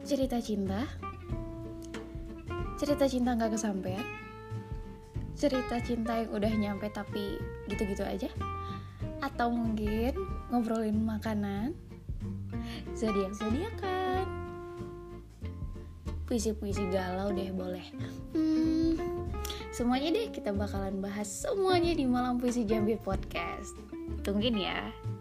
cerita cinta, cerita cinta gak kesampean, cerita cinta yang udah nyampe tapi gitu-gitu aja, atau mungkin ngobrolin makanan, zodiak-zodiakan, puisi-puisi galau deh boleh. Semuanya deh kita bakalan bahas semuanya di Malam Puisi Jambi Podcast. Tungguin ya.